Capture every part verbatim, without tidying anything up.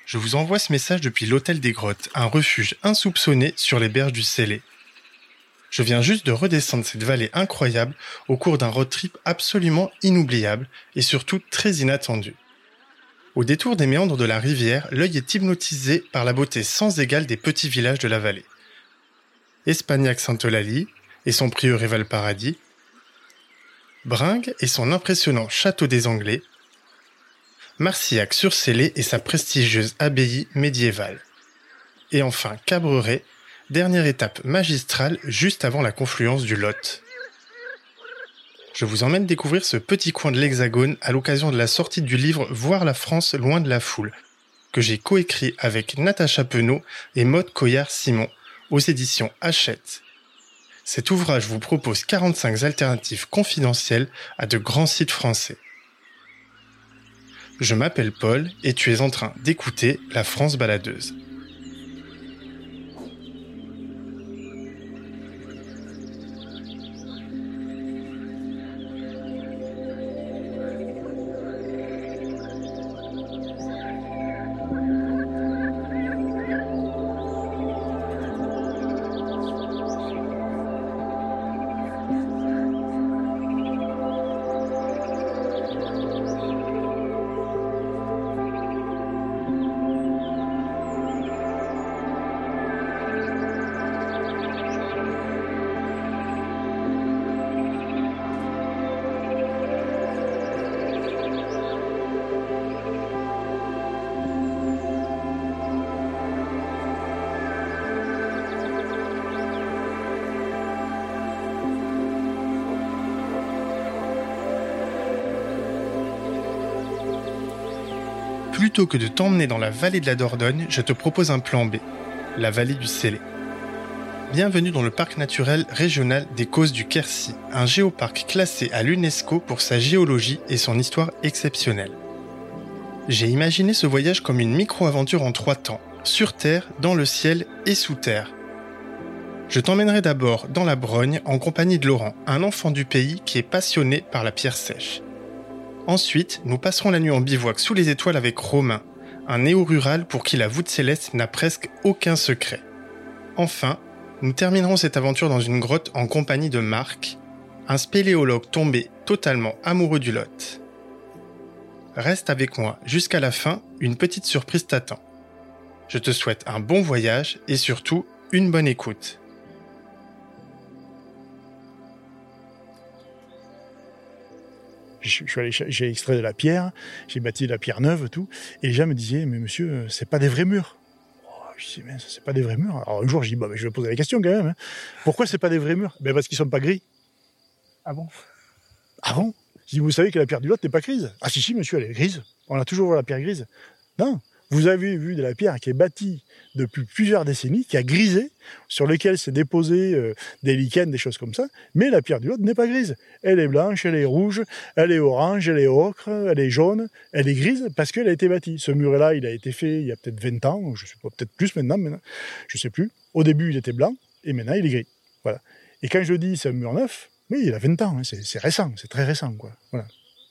Je vous envoie ce message depuis l'Hôtel des Grottes, un refuge insoupçonné sur les berges du Célé. Je viens juste de redescendre cette vallée incroyable au cours d'un road trip absolument inoubliable et surtout très inattendu. Au détour des méandres de la rivière, l'œil est hypnotisé par la beauté sans égale des petits villages de la vallée. Espagnac-Sainte-Eulalie et son prieuré Valparadis, Bringues et son impressionnant château des Anglais, Marcillac-sur-Célé et sa prestigieuse abbaye médiévale. Et enfin Cabreret, dernière étape magistrale juste avant la confluence du Lot. Je vous emmène découvrir ce petit coin de l'Hexagone à l'occasion de la sortie du livre « Voir la France loin de la foule » que j'ai coécrit avec Natacha Penaud et Maude Coyard-Simon aux éditions Hachette. Cet ouvrage vous propose quarante-cinq alternatives confidentielles à de grands sites français. Je m'appelle Paul et tu es en train d'écouter La France baladeuse. Plutôt que de t'emmener dans la vallée de la Dordogne, je te propose un plan B, la vallée du Célé. Bienvenue dans le parc naturel régional des Causses du Quercy, un géoparc classé à l'UNESCO pour sa géologie et son histoire exceptionnelle. J'ai imaginé ce voyage comme une micro-aventure en trois temps, sur terre, dans le ciel et sous terre. Je t'emmènerai d'abord dans la Brogne en compagnie de Laurent, un enfant du pays qui est passionné par la pierre sèche. Ensuite, nous passerons la nuit en bivouac sous les étoiles avec Romain, un néo-rural pour qui la voûte céleste n'a presque aucun secret. Enfin, nous terminerons cette aventure dans une grotte en compagnie de Marc, un spéléologue tombé totalement amoureux du Lot. Reste avec moi jusqu'à la fin, une petite surprise t'attend. Je te souhaite un bon voyage et surtout une bonne écoute. Je suis allé, j'ai extrait de la pierre, j'ai bâti de la pierre neuve, tout. Et les gens me disaient, mais monsieur, c'est pas des vrais murs. Oh, je disais, mais c'est pas des vrais murs. Alors un jour, je dis, bah, je vais poser la question quand même. Hein. Pourquoi c'est pas des vrais murs? Ben parce qu'ils sont pas gris. Ah bon? Ah bon? Je dis, vous savez que la pierre du Lot n'est pas grise? Ah si, si, monsieur, elle est grise. On a toujours vu la pierre grise. Non. Vous avez vu de la pierre qui est bâtie depuis plusieurs décennies, qui a grisé, sur lesquelles s'est déposé euh, des lichens, des choses comme ça, mais la pierre du Lot n'est pas grise. Elle est blanche, elle est rouge, elle est orange, elle est ocre, elle est jaune, elle est grise parce qu'elle a été bâtie. Ce muret-là, il a été fait il y a peut-être vingt ans, je sais pas, peut-être plus maintenant, maintenant, je sais plus. Au début, il était blanc, et maintenant, il est gris. Voilà. Et quand je dis c'est un mur neuf, oui, il a vingt ans, hein, c'est, c'est récent, c'est très récent, quoi. Voilà.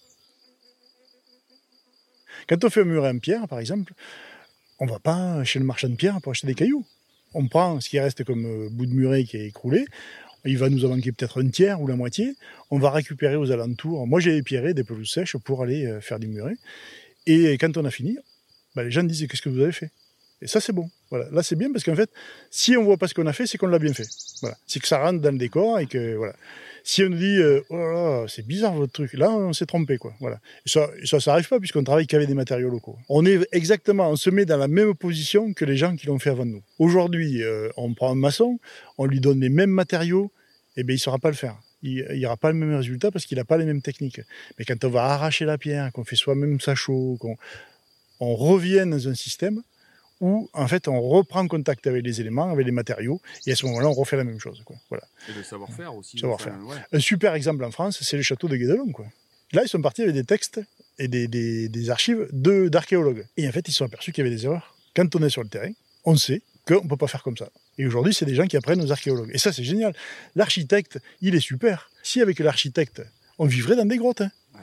Quand on fait un muret en pierre, par exemple, on ne va pas chez le marchand de pierre pour acheter des cailloux. On prend ce qui reste comme bout de muret qui est écroulé, il va nous en manquer peut-être un tiers ou la moitié, on va récupérer aux alentours. Moi, j'ai épierré des pelouses sèches pour aller faire du muret. Et quand on a fini, ben, les gens disent « qu'est-ce que vous avez fait ?» Et ça, c'est bon. Voilà. Là, c'est bien parce qu'en fait, si on ne voit pas ce qu'on a fait, c'est qu'on l'a bien fait. Voilà. C'est que ça rentre dans le décor et que, voilà. Si on nous dit euh, « oh là là, c'est bizarre votre truc », là, on s'est trompé, quoi. Voilà. Et ça, ça, ça n'arrive pas puisqu'on travaille qu'avec des matériaux locaux. On est exactement, on se met dans la même position que les gens qui l'ont fait avant nous. Aujourd'hui, euh, on prend un maçon, on lui donne les mêmes matériaux, et bien, il ne saura pas le faire. Il n'y aura pas le même résultat parce qu'il n'a pas les mêmes techniques. Mais quand on va arracher la pierre, qu'on fait soi-même sa chaux, qu'on on revient dans un système où, en fait, on reprend contact avec les éléments, avec les matériaux, et à ce moment-là, on refait la même chose, quoi. Voilà. Et le savoir-faire aussi. Savoir-faire. Enfin, ouais. Un super exemple en France, c'est le château de Guédelon, quoi. Là, ils sont partis avec des textes et des, des, des archives de, d'archéologues. Et en fait, ils se sont aperçus qu'il y avait des erreurs. Quand on est sur le terrain, on sait qu'on ne peut pas faire comme ça. Et aujourd'hui, c'est des gens qui apprennent aux archéologues. Et ça, c'est génial. L'architecte, il est super. Si avec l'architecte, on vivrait dans des grottes, hein. Ouais.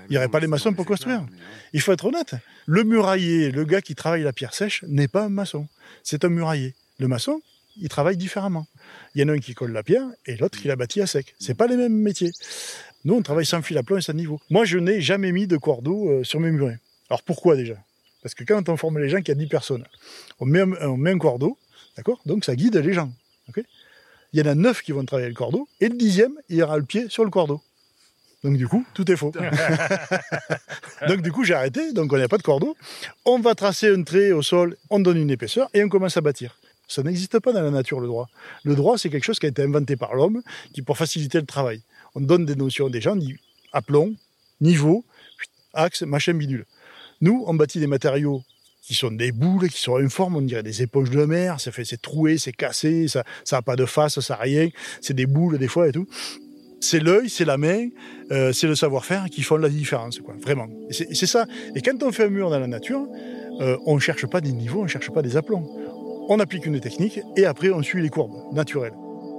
Il n'y aurait pas les maçons pour construire. Il faut être honnête. Le murailler, le gars qui travaille la pierre sèche, n'est pas un maçon. C'est un murailler. Le maçon, il travaille différemment. Il y en a un qui colle la pierre et l'autre qui la bâtit à sec. C'est pas les mêmes métiers. Nous, on travaille sans fil à plomb et sans niveau. Moi, je n'ai jamais mis de cordeau euh, sur mes murets. Alors pourquoi déjà ? Parce que quand on forme les gens, qu'il y a dix personnes, on met un, on met un cordeau, d'accord ? Donc ça guide les gens. Okay ? Il y en a neuf qui vont travailler le cordeau et le dixième, il aura le pied sur le cordeau. Donc du coup, tout est faux. Donc du coup, j'ai arrêté, donc on n'a pas de cordeau. On va tracer un trait au sol, on donne une épaisseur et on commence à bâtir. Ça n'existe pas dans la nature, le droit. Le droit, c'est quelque chose qui a été inventé par l'homme, qui pour faciliter le travail. On donne des notions des gens, on dit aplomb, niveau, axe, machin, bidule. Nous, on bâtit des matériaux qui sont des boules, qui sont informes, on dirait des éponges de mer, ça fait, c'est troué, c'est cassé, ça n'a pas de face, ça n'a rien, c'est des boules des fois et tout. C'est l'œil, c'est la main, euh, c'est le savoir-faire qui font la différence, quoi, vraiment. Et c'est, c'est ça. Et quand on fait un mur dans la nature, euh, on ne cherche pas des niveaux, on ne cherche pas des aplombs. On applique une technique et après on suit les courbes naturelles.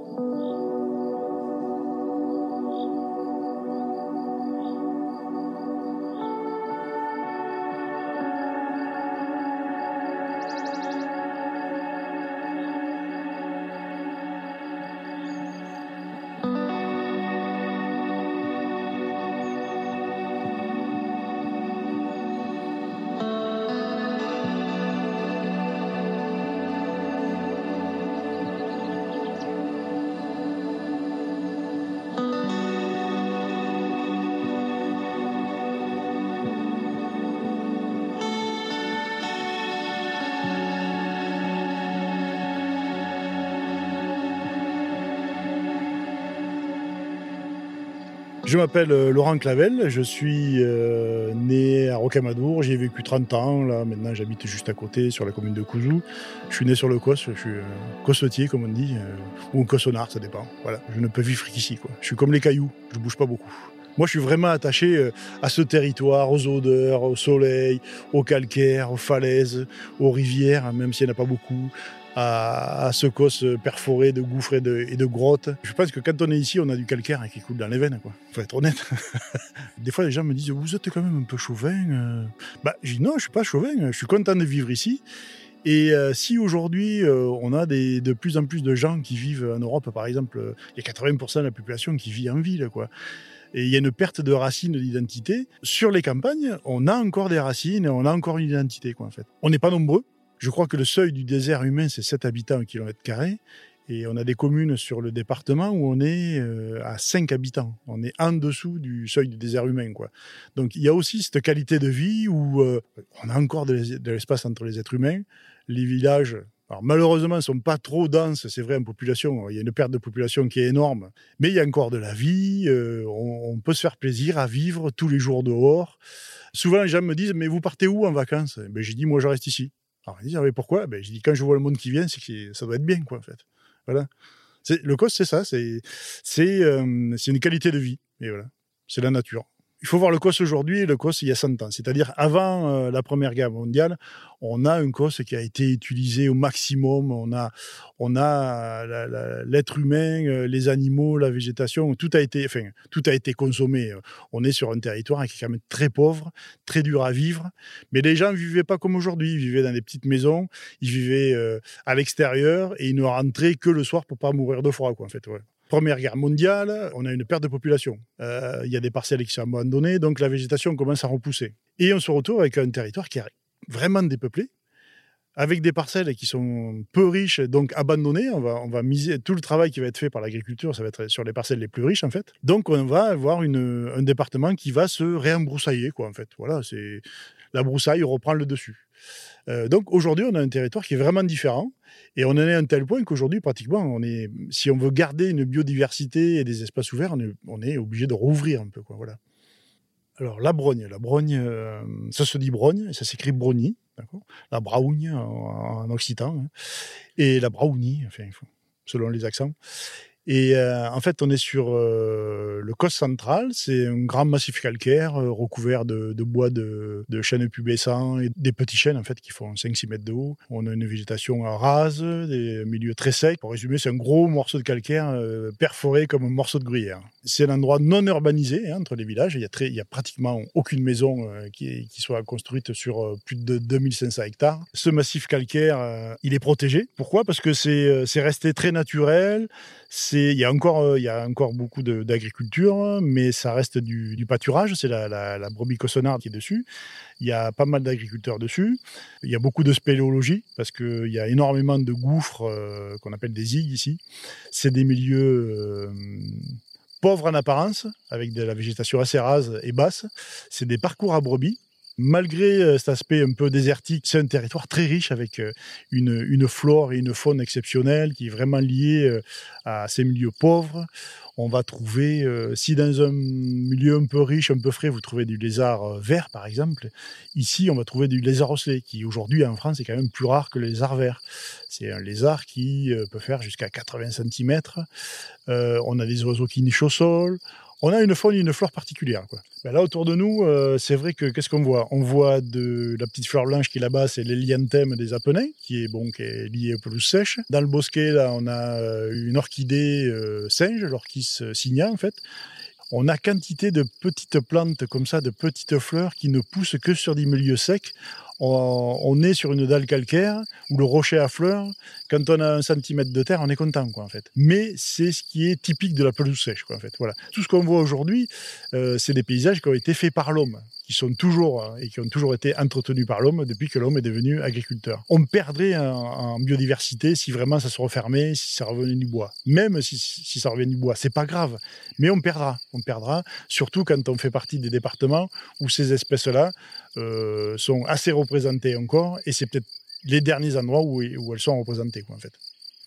Je m'appelle Laurent Clavel, je suis euh, né à Rocamadour, j'y ai vécu trente ans, là maintenant j'habite juste à côté sur la commune de Couzou. Je suis né sur le Cos, je suis euh, cossetier comme on dit, euh, ou un cossonard, ça dépend. Voilà, je ne peux vivre qu'ici, quoi. Je suis comme les cailloux, je ne bouge pas beaucoup. Moi je suis vraiment attaché euh, à ce territoire, aux odeurs, au soleil, au calcaire, aux falaises, aux rivières, même s'il n'y en a pas beaucoup. À, à ce cos perforé de gouffres et de, et de grottes. Je pense que quand on est ici, on a du calcaire qui coule dans les veines, quoi. Faut être honnête. Des fois, les gens me disent « Vous êtes quand même un peu chauvin ?» Bah, je dis « Non, je suis pas chauvin, je suis content de vivre ici. » Et euh, si aujourd'hui, euh, on a des, de plus en plus de gens qui vivent en Europe, par exemple, il y a quatre-vingts pour cent de la population qui vit en ville, quoi. Et il y a une perte de racines d'identité. Sur les campagnes, on a encore des racines et on a encore une identité, quoi, en fait. On n'est pas nombreux. Je crois que le seuil du désert humain, c'est sept habitants au kilomètre carré. Et on a des communes sur le département où on est euh, à cinq habitants. On est en dessous du seuil du désert humain, quoi. Donc il y a aussi cette qualité de vie où euh, on a encore de, de l'espace entre les êtres humains. Les villages, alors malheureusement, ne sont pas trop denses, c'est vrai, en population. Il y a une perte de population qui est énorme. Mais il y a encore de la vie. Euh, on, on peut se faire plaisir à vivre tous les jours dehors. Souvent, les gens me disent « Mais vous partez où en vacances ?» Ben, j'ai dit « Moi, je reste ici. » Alors, ils disent, ah, mais pourquoi ? Ben, je dis, quand je vois le monde qui vient, c'est que ça doit être bien, quoi, en fait. Voilà. C'est, le Cos, c'est ça, c'est, c'est, euh, c'est une qualité de vie. Et voilà, c'est la nature. Il faut voir le Cos aujourd'hui et le Cos il y a cent ans. C'est-à-dire, avant euh, la Première Guerre mondiale, on a un Cos qui a été utilisé au maximum. On a, on a la, la, l'être humain, euh, les animaux, la végétation, tout a été, enfin, tout a été consommé. On est sur un territoire qui est quand même très pauvre, très dur à vivre. Mais les gens ne vivaient pas comme aujourd'hui. Ils vivaient dans des petites maisons, ils vivaient euh, à l'extérieur et ils ne rentraient que le soir pour ne pas mourir de froid, quoi, en fait. Ouais. Première guerre mondiale, on a une perte de population. Euh, il y a des parcelles qui sont abandonnées, donc la végétation commence à repousser. Et on se retrouve avec un territoire qui est vraiment dépeuplé, avec des parcelles qui sont peu riches, donc abandonnées. On va, on va miser tout le travail qui va être fait par l'agriculture, ça va être sur les parcelles les plus riches, en fait. Donc on va avoir une, un département qui va se réembroussailler, quoi, en fait. Voilà, c'est, la broussaille reprend le dessus. Euh, donc aujourd'hui, on a un territoire qui est vraiment différent. Et on en est à un tel point qu'aujourd'hui, pratiquement, on est, si on veut garder une biodiversité et des espaces ouverts, on est, on est obligé de rouvrir un peu, quoi, voilà. Alors, la brogne. La brogne, euh, ça se dit brogne, ça s'écrit brognie, d'accord ? La brownie en, en occitan, hein, et la brownie, enfin, selon les accents. Et euh, en fait, on est sur euh, le Causse central. C'est un grand massif calcaire euh, recouvert de, de bois de, de chênes pubescents et des petits chênes en fait qui font cinq six mètres de haut. On a une végétation rase, des milieux très secs. Pour résumer, c'est un gros morceau de calcaire euh, perforé comme un morceau de gruyère. C'est un endroit non urbanisé hein, entre les villages. Il y a, très, il y a pratiquement aucune maison euh, qui, qui soit construite sur euh, plus de deux mille cinq cents hectares. Ce massif calcaire, euh, il est protégé. Pourquoi ? Parce que c'est, euh, c'est resté très naturel. C'est, il y a encore, euh, il y a encore beaucoup de, d'agriculture, mais ça reste du, du pâturage. C'est la, la, la brebis cossonarde qui est dessus. Il y a pas mal d'agriculteurs dessus. Il y a beaucoup de spéléologie parce qu'il y a énormément de gouffres euh, qu'on appelle des igues ici. C'est des milieux euh, pauvres en apparence, avec de la végétation assez rase et basse. C'est des parcours à brebis. Malgré cet aspect un peu désertique, c'est un territoire très riche avec une, une flore et une faune exceptionnelle qui est vraiment liée à ces milieux pauvres. On va trouver, euh, si dans un milieu un peu riche, un peu frais, vous trouvez du lézard vert par exemple, ici on va trouver du lézard ocellé qui aujourd'hui en France est quand même plus rare que le lézard vert. C'est un lézard qui euh, peut faire jusqu'à quatre-vingts centimètres. Euh, on a des oiseaux qui nichent au sol. On a une faune et une flore particulière, quoi. Ben là, autour de nous, euh, c'est vrai que qu'est-ce qu'on voit ? On voit de la petite fleur blanche qui est là-bas, c'est l'hélianthème des Apennins, qui est bon, qui est lié aux pelouses sèches. Dans le bosquet, là, on a une orchidée euh, singe, l'orchis signa, en fait. On a quantité de petites plantes comme ça, de petites fleurs qui ne poussent que sur des milieux secs. On, on est sur une dalle calcaire où le rocher à fleurs, quand on a un centimètre de terre, on est content, quoi, en fait. Mais c'est ce qui est typique de la pelouse sèche, quoi, en fait. Voilà. Tout ce qu'on voit aujourd'hui, euh, c'est des paysages qui ont été faits par l'homme, qui sont toujours et qui ont toujours été entretenus par l'homme depuis que l'homme est devenu agriculteur. On perdrait en, en biodiversité si vraiment ça se refermait, si ça revenait du bois. Même si, si ça revient du bois, c'est pas grave, mais on perdra. On perdra, surtout quand on fait partie des départements où ces espèces-là euh, sont assez représentées encore, et c'est peut-être les derniers endroits où, où elles sont représentées, quoi, en fait.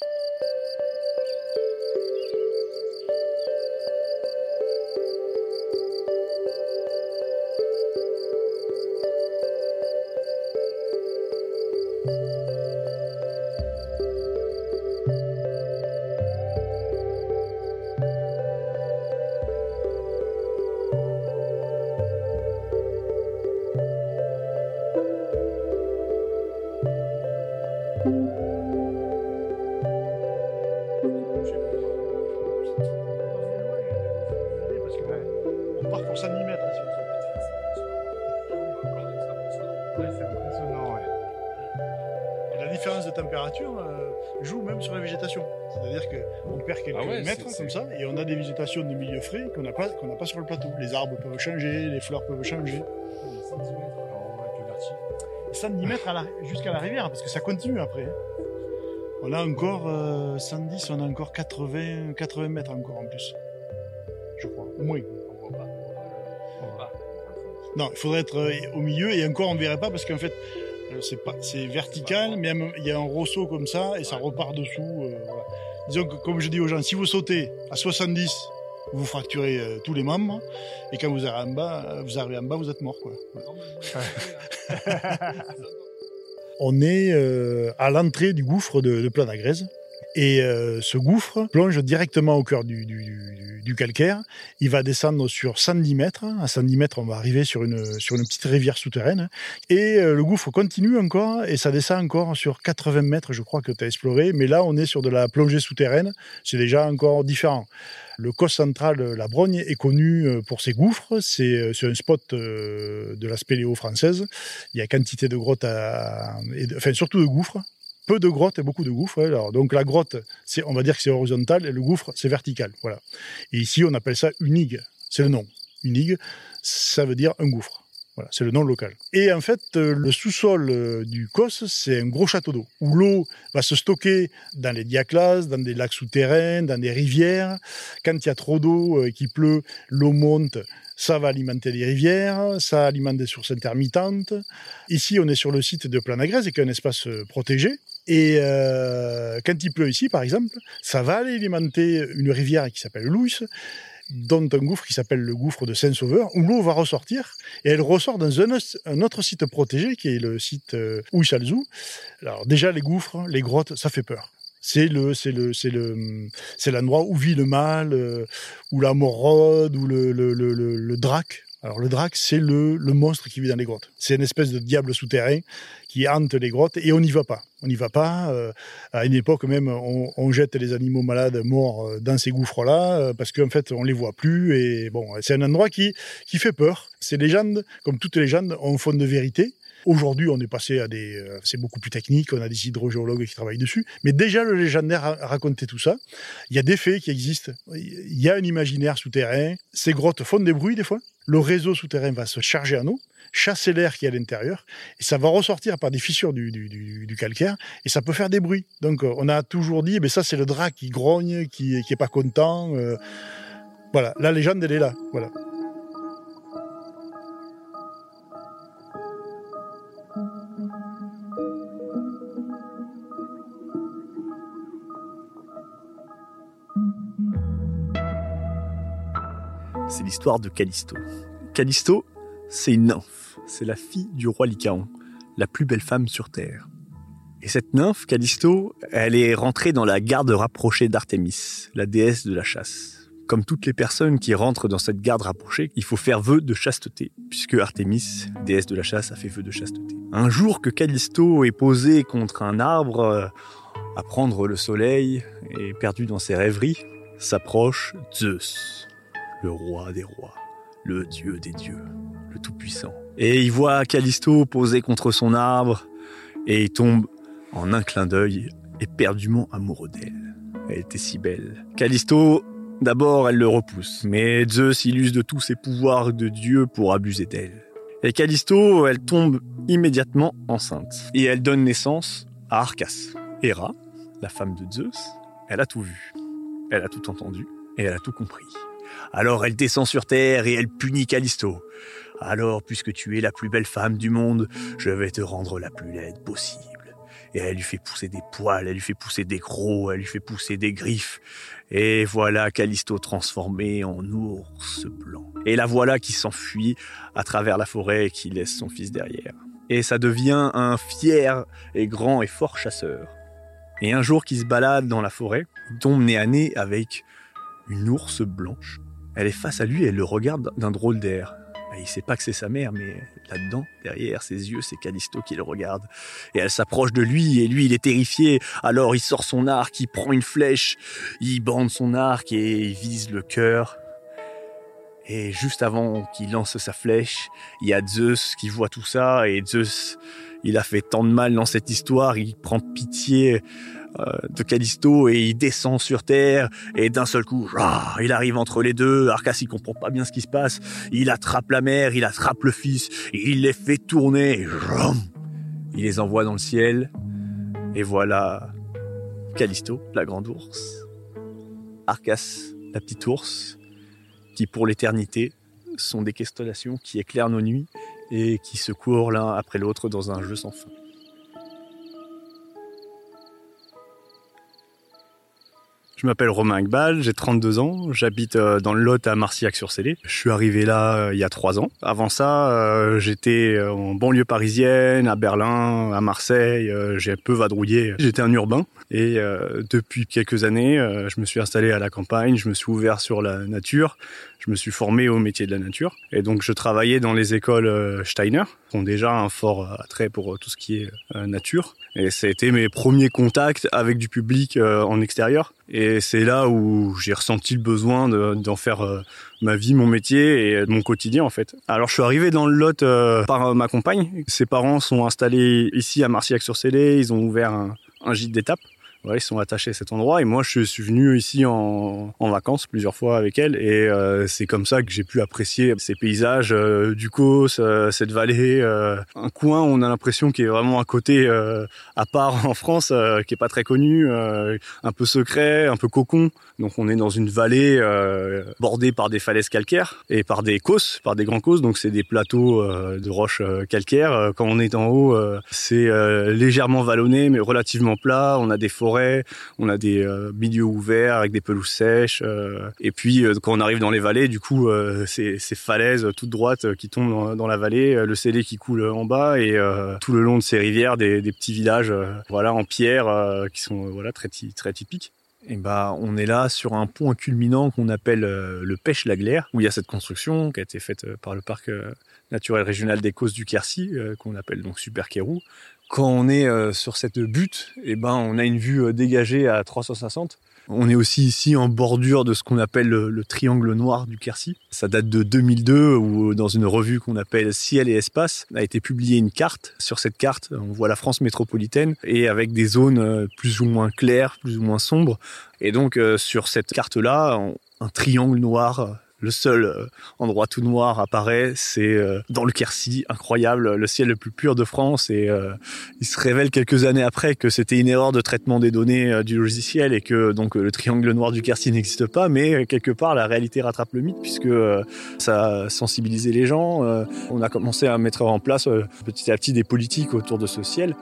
Joue même sur la végétation. C'est-à-dire qu'on perd quelques ah ouais, mètres c'est, comme c'est... ça et on a des végétations de milieux frais qu'on n'a pas, qu'on n'a pas sur le plateau. Les arbres peuvent changer, les fleurs peuvent changer. centimètres à la, jusqu'à la rivière parce que ça continue après. On a encore euh, cent dix, on a encore quatre-vingts, quatre-vingts mètres encore en plus. Je crois, au moins. On voit pas. On voit pas. Non, il faudrait être euh, au milieu et encore on ne verrait pas parce qu'en fait C'est, pas, c'est vertical, mais il y a un ressaut comme ça et ça repart dessous. Euh, voilà. Disons que, comme je dis aux gens, si vous sautez à soixante-dix, vous fracturez euh, tous les membres, et quand vous arrivez en bas, vous arrivez en bas, vous êtes mort, quoi. Voilà. On est euh, à l'entrée du gouffre de, de Planagrèze. Et euh, ce gouffre plonge directement au cœur du, du, du, du calcaire. Il va descendre sur cent dix mètres. À cent dix mètres, on va arriver sur une, sur une petite rivière souterraine. Et euh, le gouffre continue encore et ça descend encore sur quatre-vingts mètres, je crois que tu as exploré. Mais là, on est sur de la plongée souterraine. C'est déjà encore différent. Le Causse central, la Brogne, est connu pour ses gouffres. C'est, c'est un spot de la spéléo française. Il y a quantité de grottes, à, et de, enfin surtout de gouffres. Peu de grottes et beaucoup de gouffres. Alors, donc la grotte, c'est, on va dire que c'est horizontal et le gouffre, c'est vertical. Voilà. Et ici, on appelle ça une igue. C'est le nom. Une igue, ça veut dire un gouffre. Voilà, c'est le nom local. Et en fait, le sous-sol du Causse, c'est un gros château d'eau, où l'eau va se stocker dans les diaclases, dans des lacs souterrains, dans des rivières. Quand il y a trop d'eau, qui pleut, l'eau monte, ça va alimenter les rivières, ça alimente des sources intermittentes. Ici, on est sur le site de Planagrèze, qui est un espace protégé. Et euh, quand il pleut ici, par exemple, ça va aller alimenter une rivière qui s'appelle l'Ouïs, dont un gouffre qui s'appelle le gouffre de Saint-Sauveur, où l'eau va ressortir, et elle ressort dans un, un autre site protégé, qui est le site euh, Ouïs-Alzou. Alors déjà, les gouffres, les grottes, ça fait peur. C'est le, c'est le, c'est le, c'est l'endroit où vit le mal, euh, où la morode, où le, le, le, le, le drac. Alors le drac, c'est le, le monstre qui vit dans les grottes. C'est une espèce de diable souterrain qui hante les grottes et on n'y va pas. On n'y va pas. Euh, à une époque même, on, on jette les animaux malades morts dans ces gouffres-là euh, parce qu'en fait, on les voit plus. Et bon, c'est un endroit qui, qui fait peur. Ces légendes, comme toutes les légendes, ont un fond de vérité. Aujourd'hui, on est passé à des... Euh, c'est beaucoup plus technique, on a des hydrogéologues qui travaillent dessus. Mais déjà, le légendaire a raconté tout ça. Il y a des faits qui existent. Il y a un imaginaire souterrain. Ces grottes font des bruits, des fois. Le réseau souterrain va se charger en eau, chasser l'air qui est à l'intérieur, et ça va ressortir par des fissures du, du, du, du calcaire, et ça peut faire des bruits. Donc, on a toujours dit, eh bien, ça, c'est le drac qui grogne, qui qui est pas content. Euh, voilà, la légende, elle est là. Voilà. C'est l'histoire de Callisto. Callisto, c'est une nymphe. C'est la fille du roi Lycaon, la plus belle femme sur Terre. Et cette nymphe, Callisto, elle est rentrée dans la garde rapprochée d'Artémis, la déesse de la chasse. Comme toutes les personnes qui rentrent dans cette garde rapprochée, il faut faire vœu de chasteté, puisque Artémis, déesse de la chasse, a fait vœu de chasteté. Un jour que Callisto est posée contre un arbre, à prendre le soleil, et perdu dans ses rêveries, s'approche Zeus, le roi des rois, le dieu des dieux, le tout-puissant. Et il voit Callisto posé contre son arbre, et il tombe en un clin d'œil, éperdument amoureux d'elle. Elle était si belle. Callisto, d'abord, elle le repousse, mais Zeus, il use de tous ses pouvoirs de dieu pour abuser d'elle. Et Callisto, elle tombe immédiatement enceinte, et elle donne naissance à Arcas. Héra, la femme de Zeus, elle a tout vu, elle a tout entendu, et elle a tout compris. Alors elle descend sur terre et elle punit Callisto. Alors, puisque tu es la plus belle femme du monde, je vais te rendre la plus laide possible. Et elle lui fait pousser des poils, elle lui fait pousser des crocs, elle lui fait pousser des griffes. Et voilà Callisto transformé en ours blanc. Et la voilà qui s'enfuit à travers la forêt et qui laisse son fils derrière. Et ça devient un fier et grand et fort chasseur. Et un jour qu'il se balade dans la forêt, il tombe nez à nez avec une ours blanche. Elle est face à lui et elle le regarde d'un drôle d'air. Il sait pas que c'est sa mère, mais là-dedans, derrière ses yeux, c'est Callisto qui le regarde. Et elle s'approche de lui, et lui, il est terrifié. Alors il sort son arc, il prend une flèche, il bande son arc et il vise le cœur. Et juste avant qu'il lance sa flèche, il y a Zeus qui voit tout ça, et Zeus, il a fait tant de mal dans cette histoire, il prend pitié euh, de Callisto et il descend sur terre, et d'un seul coup, rah, il arrive entre les deux. Arcas, il comprend pas bien ce qui se passe, il attrape la mère, il attrape le fils, il les fait tourner, et ram, il les envoie dans le ciel, et voilà Callisto, la grande ours, Arcas, la petite ours, qui pour l'éternité sont des constellations qui éclairent nos nuits et qui se courent l'un après l'autre dans un jeu sans fin. Je m'appelle Romain Iqbal, j'ai trente-deux ans, j'habite dans le Lot à Marcillac-sur-Célé. Je suis arrivé là euh, il y a trois ans. Avant ça, euh, j'étais en banlieue parisienne, à Berlin, à Marseille, euh, j'ai un peu vadrouillé. J'étais un urbain et euh, depuis quelques années, euh, je me suis installé à la campagne, je me suis ouvert sur la nature, je me suis formé au métier de la nature. Et donc je travaillais dans les écoles euh, Steiner, qui ont déjà un fort attrait pour euh, tout ce qui est euh, nature. Et ça a été mes premiers contacts avec du public euh, en extérieur. Et c'est là où j'ai ressenti le besoin de, d'en faire euh, ma vie, mon métier et mon quotidien en fait. Alors je suis arrivé dans le Lot euh, par euh, ma compagne. Ses parents sont installés ici à Marcillac-sur-Célé. Ils ont ouvert un, un gîte d'étape. Ouais, ils sont attachés à cet endroit et moi je suis venu ici en, en vacances plusieurs fois avec elle et euh, c'est comme ça que j'ai pu apprécier ces paysages euh, du Causse, euh, cette vallée, euh, un coin où on a l'impression qu'il est vraiment un côté euh, à part en France, euh, qui est pas très connu, euh, un peu secret, un peu cocon. Donc on est dans une vallée euh, bordée par des falaises calcaires et par des causses, par des grands causses. Donc c'est des plateaux euh, de roches euh, calcaires. Quand on est en haut, euh, c'est euh, légèrement vallonné mais relativement plat. On a des forêts forêts, on a des euh, milieux ouverts avec des pelouses sèches. Euh, et puis euh, quand on arrive dans les vallées, du coup, euh, c'est ces falaises toutes droites euh, qui tombent dans, dans la vallée, euh, le Célé qui coule en bas et euh, tout le long de ces rivières, des, des petits villages, euh, voilà, en pierre, euh, qui sont euh, voilà très très typiques. Et bah, on est là sur un pont culminant qu'on appelle euh, le Pêche-la-Glaire, où il y a cette construction qui a été faite euh, par le parc euh, naturel régional des Causses du Quercy, euh, qu'on appelle donc Super Kérou. Quand on est euh, sur cette butte, et ben, on a une vue euh, dégagée à trois cent soixante. On est aussi ici en bordure de ce qu'on appelle le, le triangle noir du Quercy. Ça date de deux mille deux, où dans une revue qu'on appelle Ciel et Espace, a été publiée une carte. Sur cette carte, on voit la France métropolitaine et avec des zones plus ou moins claires, plus ou moins sombres. Et donc, euh, sur cette carte-là, on, un triangle noir, le seul euh, endroit tout noir apparaît, c'est euh, dans le Quercy, incroyable, le ciel le plus pur de France. Et euh, il se révèle quelques années après que c'était une erreur de traitement des données euh, du logiciel et que donc le triangle noir du Quercy n'existe pas. Mais quelque part, la réalité rattrape le mythe puisque euh, ça a sensibilisé les gens. Euh, on a commencé à mettre en place euh, petit à petit des politiques autour de ce ciel.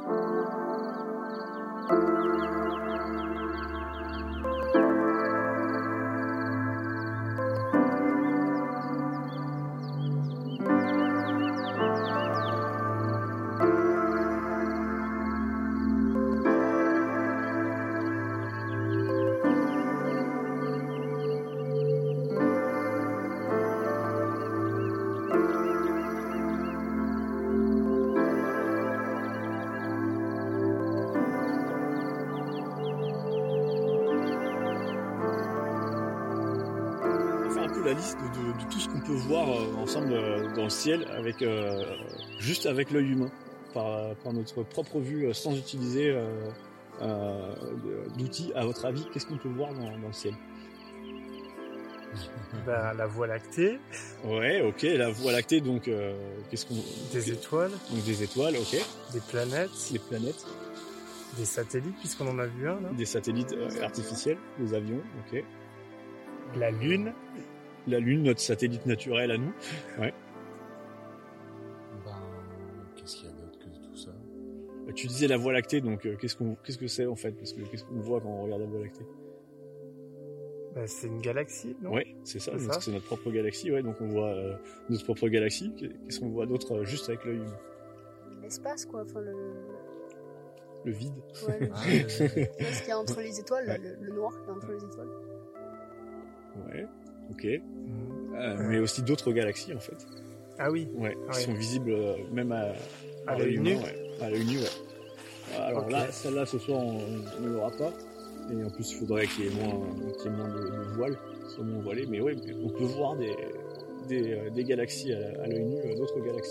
La liste de, de, de tout ce qu'on peut voir euh, ensemble euh, dans le ciel avec euh, juste avec l'œil humain par, par notre propre vue euh, sans utiliser euh, euh, d'outils. À votre avis, qu'est-ce qu'on peut voir dans, dans le ciel? Ben, la Voie lactée. Ouais, ok, la Voie lactée, donc euh, qu'est-ce qu'on... Des étoiles. Donc des étoiles, ok. Des planètes. Des planètes. Des satellites, puisqu'on en a vu un là. Des satellites euh, artificiels, des avions, ok. La Lune. La Lune, notre satellite naturel à nous. Ouais. Ben, qu'est-ce qu'il y a d'autre que tout ça? Tu disais la Voie lactée, donc euh, qu'est-ce qu'on, qu'est-ce que c'est en fait? Parce que qu'est-ce qu'on voit quand on regarde la Voie lactée? Ben, c'est une galaxie, non? Ouais, c'est ça. C'est, donc ça. c'est notre propre galaxie, ouais. Donc on voit euh, notre propre galaxie. Qu'est-ce qu'on voit d'autre euh, juste avec l'œil humain? L'espace, quoi. Enfin, le... le vide. Ouais, le... Ah, ce qu'il y a entre les étoiles, ouais. le, le noir qu'il y a entre les étoiles. Ouais. Ok. Mmh. Euh, mais aussi d'autres galaxies en fait. Ah oui. Ouais. Ah qui oui. sont visibles euh, même à, à, à l'œil nu. Ouais. À l'œil nu, ouais. Alors okay. là, celle-là, ce soir, on ne l'aura pas. Et en plus, il faudrait qu'il y ait moins, qu'il y ait moins de, de voiles, soit moins voilé. Mais ouais, on peut voir des, des, des galaxies à, à l'œil nu, d'autres galaxies.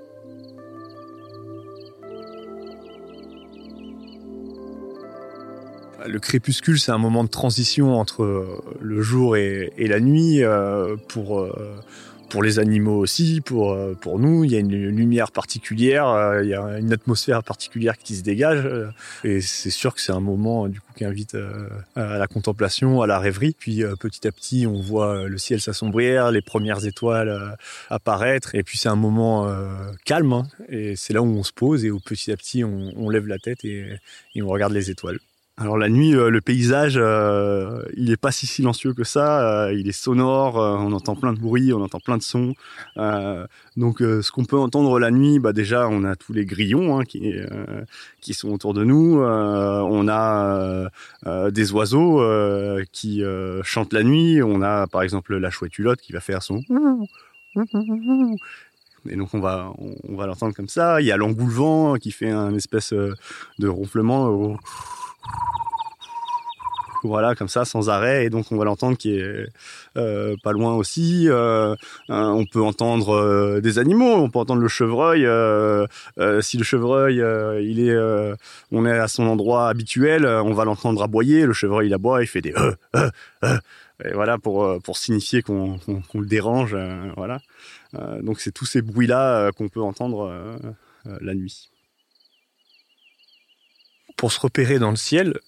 Le crépuscule, c'est un moment de transition entre le jour et, et la nuit euh, pour, euh, pour les animaux aussi, pour, euh, pour nous. Il y a une lumière particulière, euh, il y a une atmosphère particulière qui se dégage. Euh, et c'est sûr que c'est un moment du coup, qui invite euh, à la contemplation, à la rêverie. Puis euh, petit à petit, on voit le ciel s'assombrir, les premières étoiles euh, apparaître. Et puis c'est un moment euh, calme. Hein, et c'est là où on se pose et où petit à petit, on, on lève la tête et, et on regarde les étoiles. Alors la nuit, euh, le paysage, euh, il est pas si silencieux que ça. Euh, il est sonore, euh, on entend plein de bruits, on entend plein de sons. Euh, donc euh, ce qu'on peut entendre la nuit, bah déjà on a tous les grillons hein, qui euh, qui sont autour de nous. Euh, on a euh, euh, des oiseaux euh, qui euh, chantent la nuit. On a par exemple la chouette hulotte qui va faire son et donc on va on, on va l'entendre comme ça. Il y a l'engoulevent qui fait un espèce de ronflement. Voilà, comme ça, sans arrêt, et donc on va l'entendre qui est euh, pas loin aussi. Euh, hein, on peut entendre euh, des animaux, on peut entendre le chevreuil. Euh, euh, si le chevreuil, euh, il est, euh, on est à son endroit habituel, on va l'entendre aboyer. Le chevreuil, il aboie, il fait des euh, euh, euh, et voilà pour pour signifier qu'on, qu'on, qu'on le dérange. Euh, voilà. Euh, donc c'est tous ces bruits-là euh, qu'on peut entendre euh, euh, la nuit. Pour se repérer dans le ciel,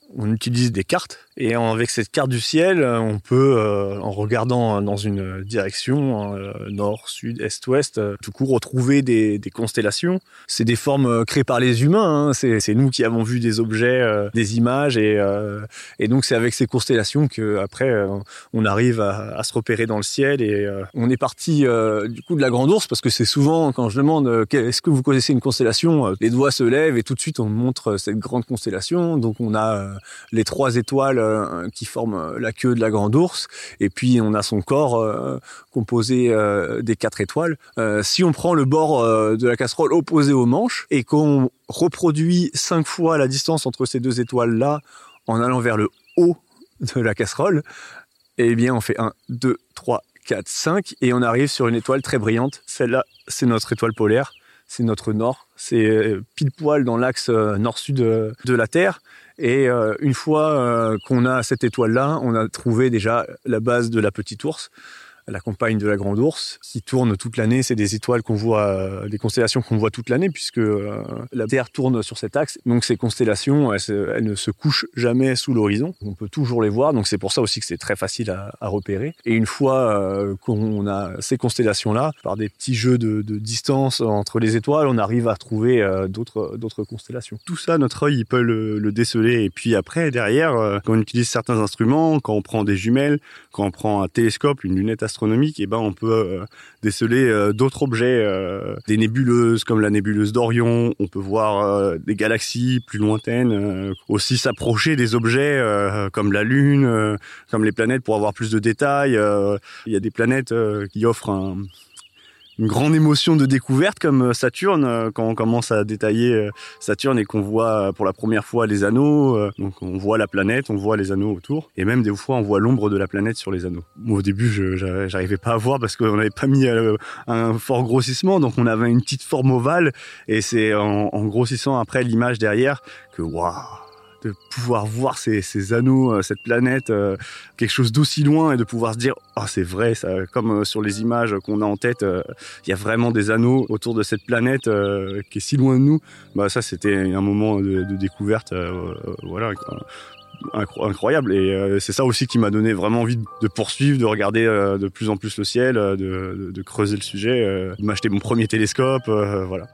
on utilise des cartes et avec cette carte du ciel, on peut, euh, en regardant dans une direction, euh, nord, sud, est, ouest, euh, tout court retrouver des, des constellations. C'est des formes créées par les humains, hein. c'est, c'est nous qui avons vu des objets, euh, des images et, euh, et donc c'est avec ces constellations qu'après euh, on arrive à, à se repérer dans le ciel et euh, on est parti euh, du coup de la Grande Ourse parce que c'est souvent quand je demande euh, est-ce que vous connaissez une constellation, euh, les doigts se lèvent et tout de suite on montre cette grande constellation. Donc on a euh, les trois étoiles euh, qui forment la queue de la Grande Ourse et puis on a son corps euh, composé euh, des quatre étoiles. Euh, si on prend le bord euh, de la casserole opposé au manche et qu'on reproduit cinq fois la distance entre ces deux étoiles là en allant vers le haut de la casserole, eh bien on fait un, deux, trois, quatre, cinq et on arrive sur une étoile très brillante. Celle-là, c'est notre étoile polaire, c'est notre nord, c'est pile poil dans l'axe nord-sud de la Terre. Et euh, une fois euh, qu'on a cette étoile-là, on a trouvé déjà la base de la Petite Ourse, la compagne de la Grande Ourse, qui tourne toute l'année. C'est des étoiles qu'on voit, euh, des constellations qu'on voit toute l'année, puisque euh, la Terre tourne sur cet axe. Donc ces constellations, elles, elles ne se couchent jamais sous l'horizon. On peut toujours les voir, donc c'est pour ça aussi que c'est très facile à, à repérer. Et une fois euh, qu'on a ces constellations-là, par des petits jeux de, de distance entre les étoiles, on arrive à trouver euh, d'autres, d'autres constellations. Tout ça, notre œil, il peut le, le déceler. Et puis après, derrière, euh, quand on utilise certains instruments, quand on prend des jumelles, quand on prend un télescope, une lunette astronomique, astronomique, et ben on peut euh, déceler euh, d'autres objets, euh, des nébuleuses comme la nébuleuse d'Orion. On peut voir euh, des galaxies plus lointaines, euh, aussi s'approcher des objets euh, comme la Lune, euh, comme les planètes pour avoir plus de détails. Euh, il y a des planètes euh, qui offrent un une grande émotion de découverte comme Saturne, quand on commence à détailler Saturne et qu'on voit pour la première fois les anneaux. Donc on voit la planète, on voit les anneaux autour, et même des fois on voit l'ombre de la planète sur les anneaux. Moi, au début, je j'arrivais pas à voir parce qu'on n'avait pas mis un fort grossissement, donc on avait une petite forme ovale, et c'est en, en grossissant après l'image derrière que waouh, de pouvoir voir ces, ces anneaux, cette planète, euh, quelque chose d'aussi loin, et de pouvoir se dire « Ah, oh, c'est vrai, ça, comme euh, sur les images qu'on a en tête, il euh, y a vraiment des anneaux autour de cette planète euh, qui est si loin de nous. » Bah ça, c'était un moment de, de découverte, euh, euh, voilà, incroyable. Et euh, c'est ça aussi qui m'a donné vraiment envie de poursuivre, de regarder euh, de plus en plus le ciel, euh, de, de, de creuser le sujet, euh, de m'acheter mon premier télescope, euh, voilà.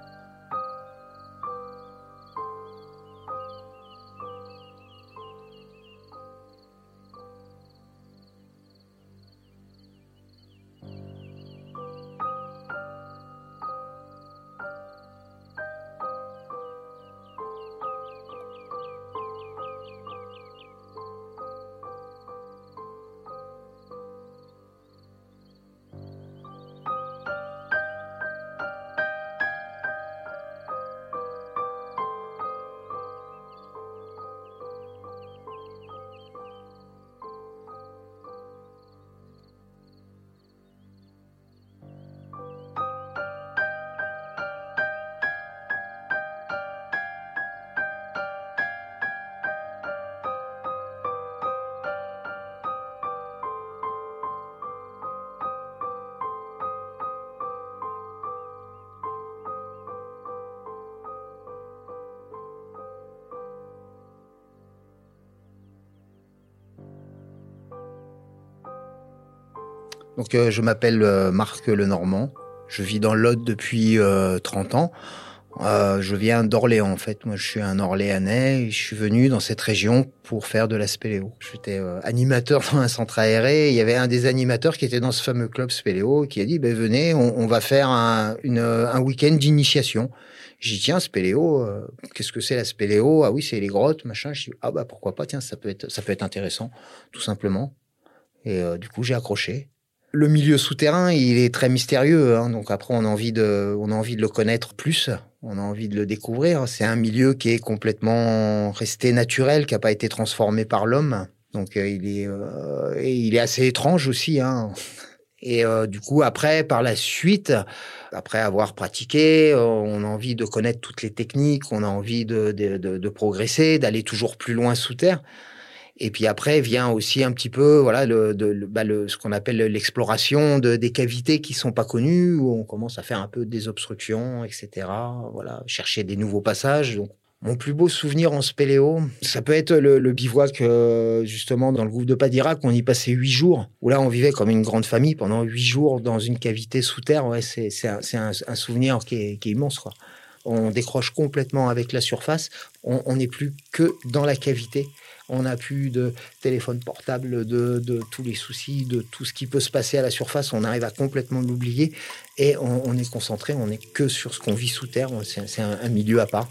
Donc, euh, je m'appelle euh, Marc Lenormand. Je vis dans l'Aude depuis euh, trente ans. Euh, je viens d'Orléans, en fait. Moi, je suis un Orléanais. Et je suis venu dans cette région pour faire de la spéléo. J'étais euh, animateur dans un centre aéré. Il y avait un des animateurs qui était dans ce fameux club spéléo qui a dit ben, « Venez, on, on va faire un, une, un week-end d'initiation. » J'ai dit « Tiens, spéléo, euh, qu'est-ce que c'est la spéléo ? Ah oui, c'est les grottes, machin. » Je dis « Ah bah pourquoi pas, tiens, ça peut être, ça peut être intéressant, tout simplement. » Et euh, du coup, j'ai accroché. Le milieu souterrain, il est très mystérieux, hein, donc après on a envie de, on a envie de le connaître plus, on a envie de le découvrir. C'est un milieu qui est complètement resté naturel, qui n'a pas été transformé par l'homme, donc euh, il est, euh, et il est assez étrange aussi, hein. Et euh, du coup après, par la suite, après avoir pratiqué, euh, on a envie de connaître toutes les techniques, on a envie de, de, de, de progresser, d'aller toujours plus loin sous terre. Et puis après vient aussi un petit peu, voilà, le, de, le, bah le, ce qu'on appelle l'exploration de, des cavités qui sont pas connues, où on commence à faire un peu des obstructions, et cetera. Voilà, chercher des nouveaux passages. Donc, Mon plus beau souvenir en spéléo, ça peut être le, le bivouac, euh, justement, dans le gouffre de Padirac. On y passait huit jours, où là, on vivait comme une grande famille pendant huit jours dans une cavité sous terre. Ouais, c'est, c'est, un, c'est un, un souvenir qui est, qui est immense, quoi. On décroche complètement avec la surface. On n'est plus que dans la cavité. On n'a plus de téléphone portable, de, de tous les soucis, de tout ce qui peut se passer à la surface. On arrive à complètement l'oublier et on, on est concentré. On n'est que sur ce qu'on vit sous terre. C'est, c'est un, un milieu à part.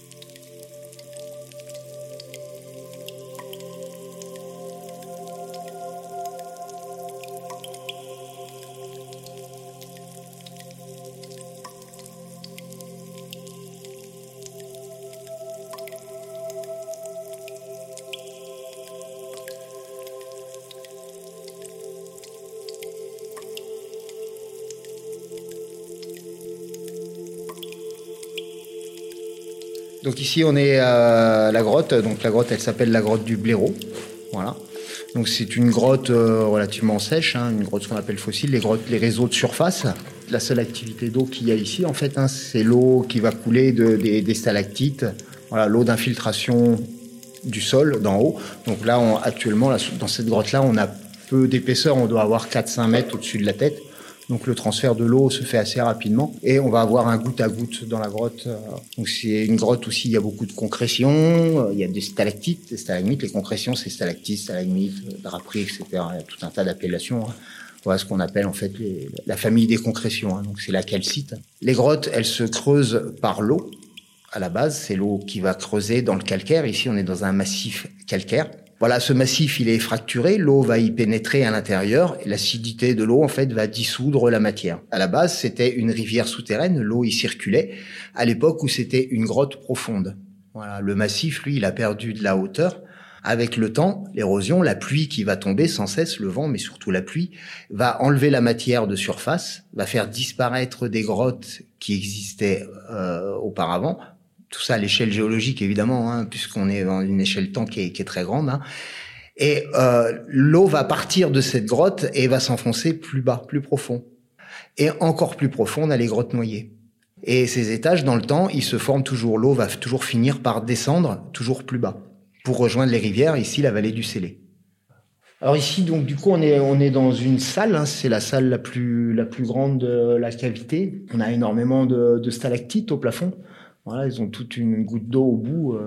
Donc ici, on est à la grotte. Donc la grotte, elle s'appelle la grotte du Blaireau. Voilà. Donc c'est une grotte euh, relativement sèche, hein, une grotte ce qu'on appelle fossile, les grottes, les réseaux de surface. La seule activité d'eau qu'il y a ici, en fait, hein, c'est l'eau qui va couler de, des, des stalactites. Voilà, l'eau d'infiltration du sol d'en haut. Donc là, on, actuellement, là, dans cette grotte-là, on a peu d'épaisseur. On doit avoir quatre à cinq mètres au-dessus de la tête. Donc le transfert de l'eau se fait assez rapidement et on va avoir un goutte à goutte dans la grotte. Donc c'est une grotte aussi, il y a beaucoup de concrétions, il y a des stalactites, des stalagmites. Les concrétions, c'est stalactites, stalagmites, draperies, et cetera. Il y a tout un tas d'appellations. Voilà ce qu'on appelle en fait les, la famille des concrétions. Donc c'est la calcite. Les grottes, elles se creusent par l'eau. À la base, c'est l'eau qui va creuser dans le calcaire. Ici, on est dans un massif calcaire. Voilà, ce massif, il est fracturé, l'eau va y pénétrer à l'intérieur, et l'acidité de l'eau, en fait, va dissoudre la matière. À la base, c'était une rivière souterraine, l'eau y circulait, à l'époque où c'était une grotte profonde. Voilà, le massif, lui, il a perdu de la hauteur. Avec le temps, l'érosion, la pluie qui va tomber sans cesse, le vent, mais surtout la pluie, va enlever la matière de surface, va faire disparaître des grottes qui existaient euh, auparavant. Tout ça à l'échelle géologique, évidemment, hein, puisqu'on est dans une échelle temps qui est, qui est très grande. Hein. Et euh, l'eau va partir de cette grotte et va s'enfoncer plus bas, plus profond. Et encore plus profond, on a les grottes noyées. Et ces étages, dans le temps, ils se forment toujours. L'eau va toujours finir par descendre toujours plus bas pour rejoindre les rivières, ici la vallée du Célé. Alors ici, donc du coup, on est on est dans une salle. Hein, c'est la salle la plus la plus grande de la cavité. On a énormément de, de stalactites au plafond. Voilà, ils ont toute une goutte d'eau au bout.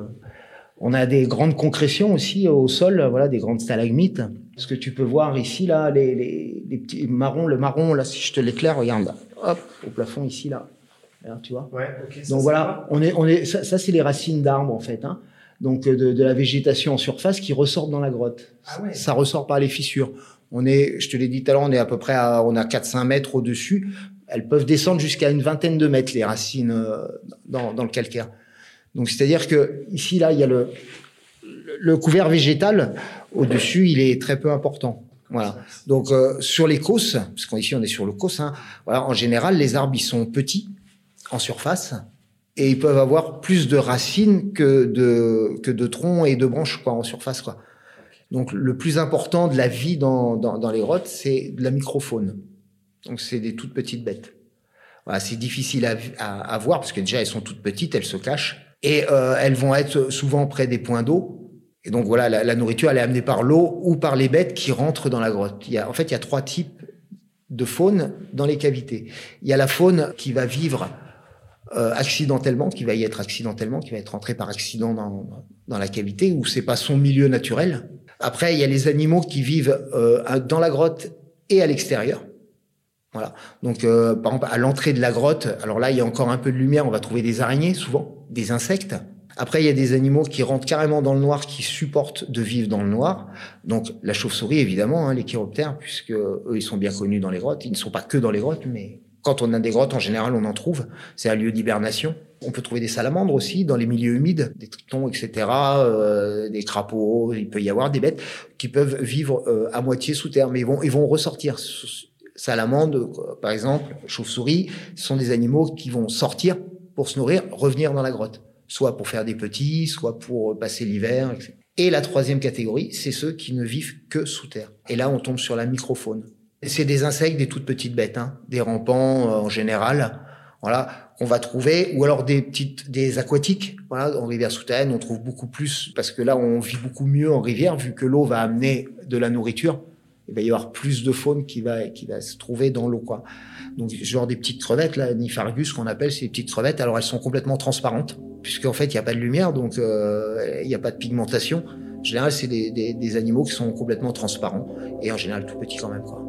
On a des grandes concrétions aussi au sol, voilà, des grandes stalagmites. Ce que tu peux voir ici, là, les, les, les petits marrons, le marron, là, si je te l'éclaire, regarde, là, hop, au plafond ici, là, alors, tu vois. Ouais, ok. Donc voilà, on est, on est, ça, ça c'est les racines d'arbres en fait, hein. Donc de, de la végétation en surface qui ressortent dans la grotte. Ah ouais. Ça ressort par les fissures. On est, je te l'ai dit tout à l'heure, on est à peu près à, on a quatre à cinq mètres au-dessus. Elles peuvent descendre jusqu'à une vingtaine de mètres, les racines euh, dans, dans le calcaire. Donc, c'est-à-dire que ici, là, il y a le, le couvert végétal. Au-dessus, il est très peu important. Voilà. Donc, euh, sur les causses, parce qu'ici, on est sur le causse, hein, voilà, en général, les arbres, ils sont petits en surface et ils peuvent avoir plus de racines que de, que de troncs et de branches, quoi, en surface, quoi. Donc, le plus important de la vie dans, dans, dans les grottes, c'est de la microfaune. Donc, c'est des toutes petites bêtes. Voilà, c'est difficile à, à, à voir parce que déjà, elles sont toutes petites, elles se cachent. Et euh, elles vont être souvent près des points d'eau. Et donc, voilà, la, la nourriture, elle est amenée par l'eau ou par les bêtes qui rentrent dans la grotte. Il y a, en fait, il y a trois types de faune dans les cavités. Il y a la faune qui va vivre euh, accidentellement, qui va y être accidentellement, qui va être rentrée par accident dans, dans la cavité, où c'est pas son milieu naturel. Après, il y a les animaux qui vivent euh, dans la grotte et à l'extérieur. Voilà. Donc, euh, par exemple, à l'entrée de la grotte, alors là, il y a encore un peu de lumière, on va trouver des araignées, souvent, des insectes. Après, il y a des animaux qui rentrent carrément dans le noir, qui supportent de vivre dans le noir. Donc, la chauve-souris, évidemment, hein, les chiroptères, puisque eux, ils sont bien connus dans les grottes. Ils ne sont pas que dans les grottes, mais quand on a des grottes, en général, on en trouve. C'est un lieu d'hibernation. On peut trouver des salamandres aussi dans les milieux humides, des tritons, et cetera, euh, des crapauds. Il peut y avoir des bêtes qui peuvent vivre euh, à moitié sous terre, mais ils vont, ils vont ressortir. Salamandres, par exemple, chauves-souris, ce sont des animaux qui vont sortir pour se nourrir, revenir dans la grotte, soit pour faire des petits, soit pour passer l'hiver, et cetera. Et la troisième catégorie, c'est ceux qui ne vivent que sous terre. Et là, on tombe sur la microfaune. C'est des insectes, des toutes petites bêtes, hein, des rampants euh, en général, voilà, on va trouver, ou alors des petites, des aquatiques. Voilà, en rivière souterraine, on trouve beaucoup plus, parce que là, on vit beaucoup mieux en rivière, vu que l'eau va amener de la nourriture. Il va y avoir plus de faune qui va, qui va se trouver dans l'eau, quoi. Donc, genre des petites crevettes, là, Niphargus, qu'on appelle, c'est des petites crevettes. Alors, elles sont complètement transparentes, puisqu'en fait, il n'y a pas de lumière, donc euh, il n'y a pas de pigmentation. En général, c'est des, des, des animaux qui sont complètement transparents, et en général, tout petits quand même, quoi.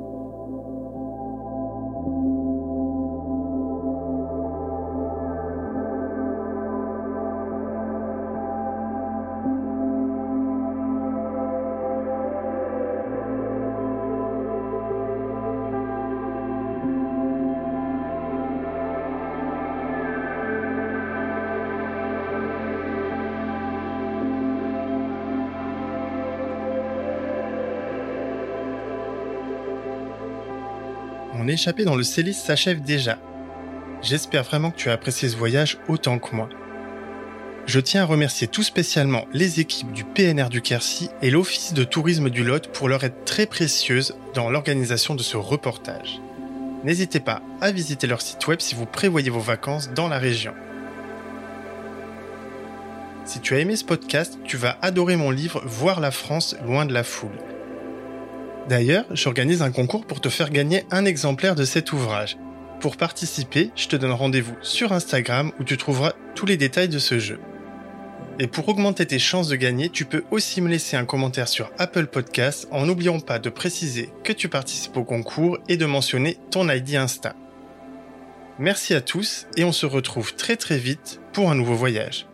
Mon échappée dans le Célis s'achève déjà. J'espère vraiment que tu as apprécié ce voyage autant que moi. Je tiens à remercier tout spécialement les équipes du P N R du Quercy et l'Office de tourisme du Lot pour leur aide très précieuse dans l'organisation de ce reportage. N'hésitez pas à visiter leur site web si vous prévoyez vos vacances dans la région. Si tu as aimé ce podcast, tu vas adorer mon livre « Voir la France loin de la foule ». D'ailleurs, j'organise un concours pour te faire gagner un exemplaire de cet ouvrage. Pour participer, je te donne rendez-vous sur Instagram où tu trouveras tous les détails de ce jeu. Et pour augmenter tes chances de gagner, tu peux aussi me laisser un commentaire sur Apple Podcasts en n'oubliant pas de préciser que tu participes au concours et de mentionner ton I D Insta. Merci à tous et on se retrouve très très vite pour un nouveau voyage.